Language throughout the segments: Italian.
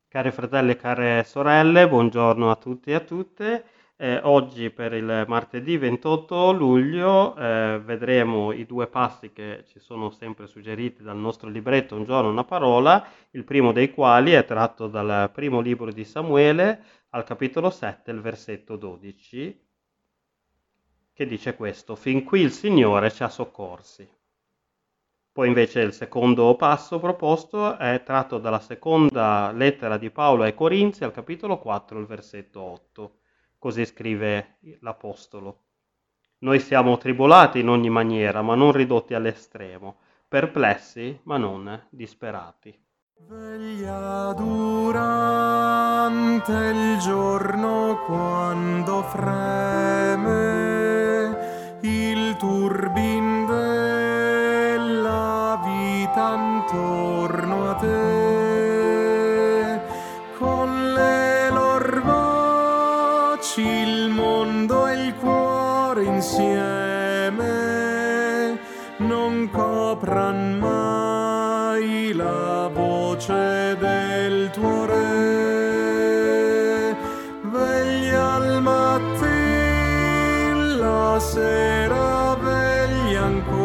Cari fratelli e care sorelle, buongiorno a tutti e a tutte. Oggi per il martedì 28 luglio vedremo i due passi che ci sono sempre suggeriti dal nostro libretto Un giorno una parola, il primo dei quali è tratto dal primo libro di Samuele al capitolo 7, il versetto 12, che dice questo: Fin qui il Signore ci ha soccorsi. Poi invece il secondo passo proposto è tratto dalla seconda lettera di Paolo ai Corinzi, al capitolo 4, il versetto 8. Così scrive l'Apostolo. Noi siamo tribolati in ogni maniera, ma non ridotti all'estremo, perplessi, ma non disperati. Veglia durante il giorno quando freme il turbin della vita intorno a te, con le loro voci il mondo e il cuore insieme non copran mai la voce del tuo re. Veglia al mattino, la sera veglia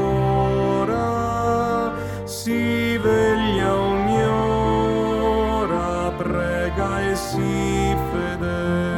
ancora, si veglia ogni ora, prega e si fedele.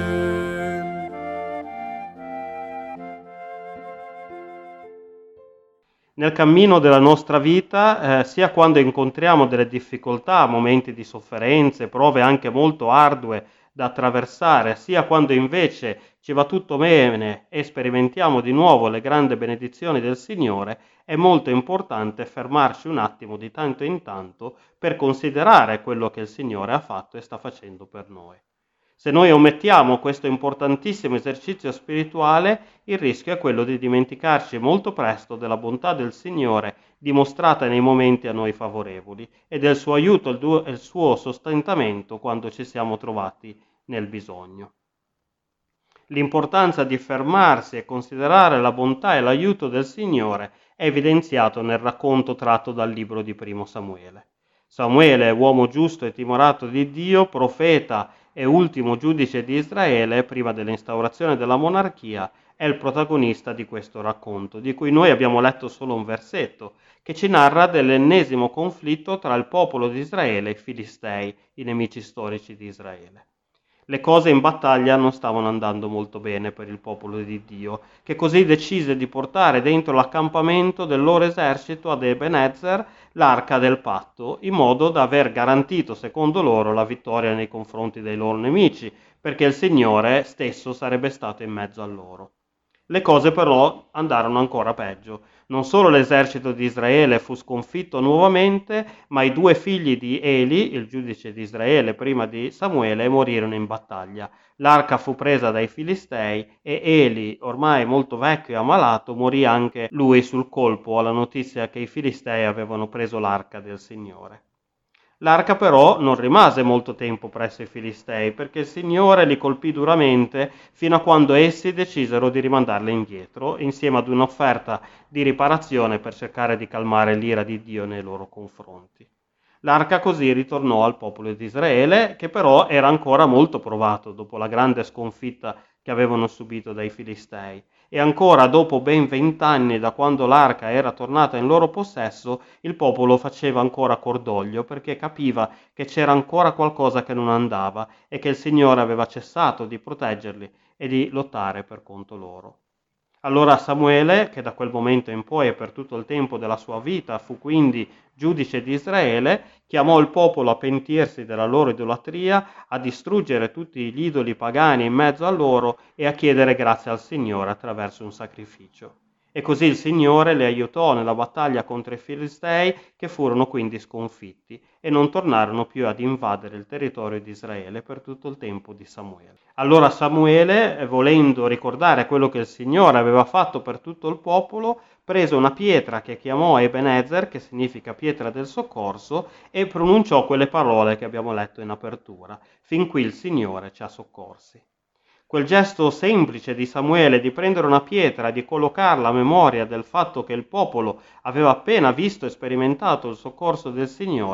Nel cammino della nostra vita, sia quando incontriamo delle difficoltà, momenti di sofferenze, prove anche molto ardue da attraversare, sia quando invece ci va tutto bene e sperimentiamo di nuovo le grandi benedizioni del Signore, è molto importante fermarci un attimo di tanto in tanto per considerare quello che il Signore ha fatto e sta facendo per noi. Se noi omettiamo questo importantissimo esercizio spirituale, il rischio è quello di dimenticarci molto presto della bontà del Signore dimostrata nei momenti a noi favorevoli e del suo aiuto e il suo sostentamento quando ci siamo trovati nel bisogno. L'importanza di fermarsi e considerare la bontà e l'aiuto del Signore è evidenziato nel racconto tratto dal libro di Primo Samuele. Samuele, uomo giusto e timorato di Dio, profeta e ultimo giudice di Israele prima dell'instaurazione della monarchia, è il protagonista di questo racconto, di cui noi abbiamo letto solo un versetto, che ci narra dell'ennesimo conflitto tra il popolo di Israele e i Filistei, i nemici storici di Israele. Le cose in battaglia non stavano andando molto bene per il popolo di Dio, che così decise di portare dentro l'accampamento del loro esercito ad Ebenezer l'arca del patto, in modo da aver garantito, secondo loro, la vittoria nei confronti dei loro nemici, perché il Signore stesso sarebbe stato in mezzo a loro. Le cose però andarono ancora peggio. Non solo l'esercito di Israele fu sconfitto nuovamente, ma i due figli di Eli, il giudice di Israele prima di Samuele, morirono in battaglia. L'arca fu presa dai Filistei e Eli, ormai molto vecchio e ammalato, morì anche lui sul colpo alla notizia che i Filistei avevano preso l'arca del Signore. L'arca però non rimase molto tempo presso i Filistei, perché il Signore li colpì duramente fino a quando essi decisero di rimandarla indietro, insieme ad un'offerta di riparazione per cercare di calmare l'ira di Dio nei loro confronti. L'arca così ritornò al popolo di Israele, che però era ancora molto provato dopo la grande sconfitta che avevano subito dai Filistei. E ancora dopo ben 20 anni da quando l'arca era tornata in loro possesso, il popolo faceva ancora cordoglio perché capiva che c'era ancora qualcosa che non andava e che il Signore aveva cessato di proteggerli e di lottare per conto loro. Allora Samuele, che da quel momento in poi e per tutto il tempo della sua vita fu quindi giudice di Israele, chiamò il popolo a pentirsi della loro idolatria, a distruggere tutti gli idoli pagani in mezzo a loro e a chiedere grazia al Signore attraverso un sacrificio. E così il Signore le aiutò nella battaglia contro i Filistei, che furono quindi sconfitti e non tornarono più ad invadere il territorio di Israele per tutto il tempo di Samuele. Allora Samuele, volendo ricordare quello che il Signore aveva fatto per tutto il popolo, prese una pietra che chiamò Ebenezer, che significa pietra del soccorso, e pronunciò quelle parole che abbiamo letto in apertura: fin qui il Signore ci ha soccorsi. Quel gesto semplice di Samuele di prendere una pietra e di collocarla a memoria del fatto che il popolo aveva appena visto e sperimentato il soccorso del Signore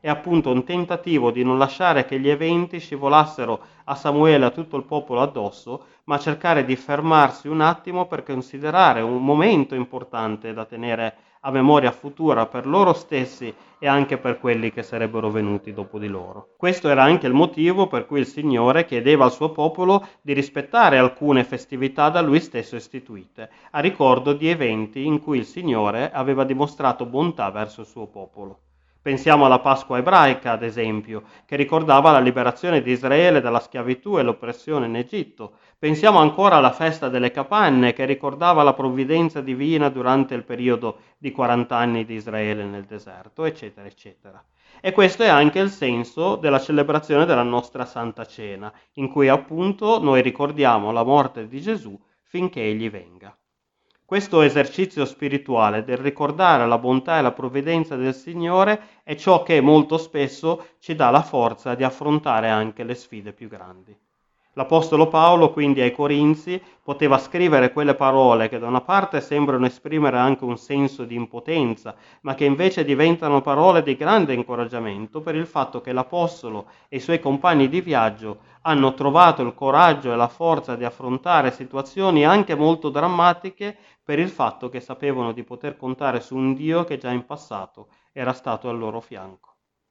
è appunto un tentativo di non lasciare che gli eventi scivolassero a Samuele e a tutto il popolo addosso, ma cercare di fermarsi un attimo per considerare un momento importante da tenere a memoria futura per loro stessi e anche per quelli che sarebbero venuti dopo di loro. Questo era anche il motivo per cui il Signore chiedeva al suo popolo di rispettare alcune festività da lui stesso istituite, a ricordo di eventi in cui il Signore aveva dimostrato bontà verso il suo popolo. Pensiamo alla Pasqua ebraica, ad esempio, che ricordava la liberazione di Israele dalla schiavitù e l'oppressione in Egitto. Pensiamo ancora alla festa delle capanne, che ricordava la provvidenza divina durante il periodo di 40 anni di Israele nel deserto, eccetera, eccetera. E questo è anche il senso della celebrazione della nostra Santa Cena, in cui appunto noi ricordiamo la morte di Gesù finché egli venga. Questo esercizio spirituale del ricordare la bontà e la provvidenza del Signore è ciò che molto spesso ci dà la forza di affrontare anche le sfide più grandi. L'Apostolo Paolo quindi ai Corinzi poteva scrivere quelle parole che da una parte sembrano esprimere anche un senso di impotenza, ma che invece diventano parole di grande incoraggiamento per il fatto che l'Apostolo e i suoi compagni di viaggio hanno trovato il coraggio e la forza di affrontare situazioni anche molto drammatiche per il fatto che sapevano di poter contare su un Dio che già in passato era stato al loro fianco.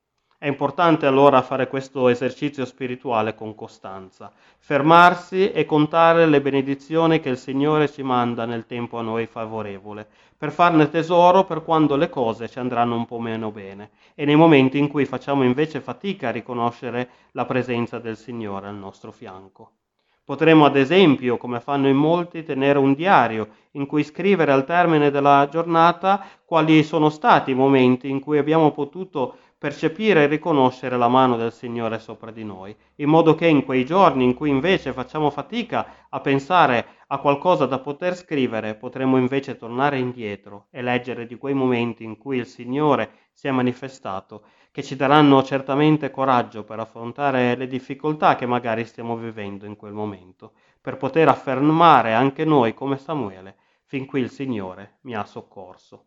È importante allora fare questo esercizio spirituale con costanza, fermarsi e contare le benedizioni che il Signore ci manda nel tempo a noi favorevole, per farne tesoro per quando le cose ci andranno un po' meno bene e nei momenti in cui facciamo invece fatica a riconoscere la presenza del Signore al nostro fianco. Potremmo ad esempio, come fanno in molti, tenere un diario in cui scrivere al termine della giornata quali sono stati i momenti in cui abbiamo potuto percepire e riconoscere la mano del Signore sopra di noi, in modo che in quei giorni in cui invece facciamo fatica a pensare a qualcosa da poter scrivere, potremo invece tornare indietro e leggere di quei momenti in cui il Signore si è manifestato, che ci daranno certamente coraggio per affrontare le difficoltà che magari stiamo vivendo in quel momento, per poter affermare anche noi come Samuele, fin qui il Signore mi ha soccorso.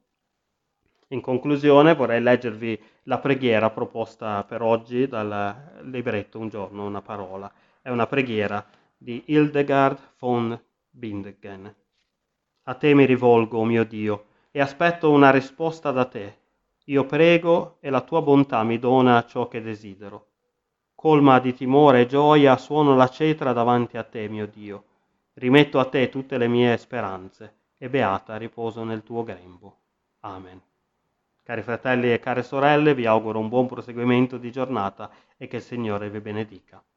In conclusione vorrei leggervi la preghiera proposta per oggi dal libretto Un giorno, una parola. È una preghiera di Hildegard von Bingen. A te mi rivolgo, o mio Dio, e aspetto una risposta da te. Io prego e la tua bontà mi dona ciò che desidero. Colma di timore e gioia suono la cetra davanti a te, mio Dio. Rimetto a te tutte le mie speranze e beata riposo nel tuo grembo. Amen. Cari fratelli e care sorelle, vi auguro un buon proseguimento di giornata e che il Signore vi benedica.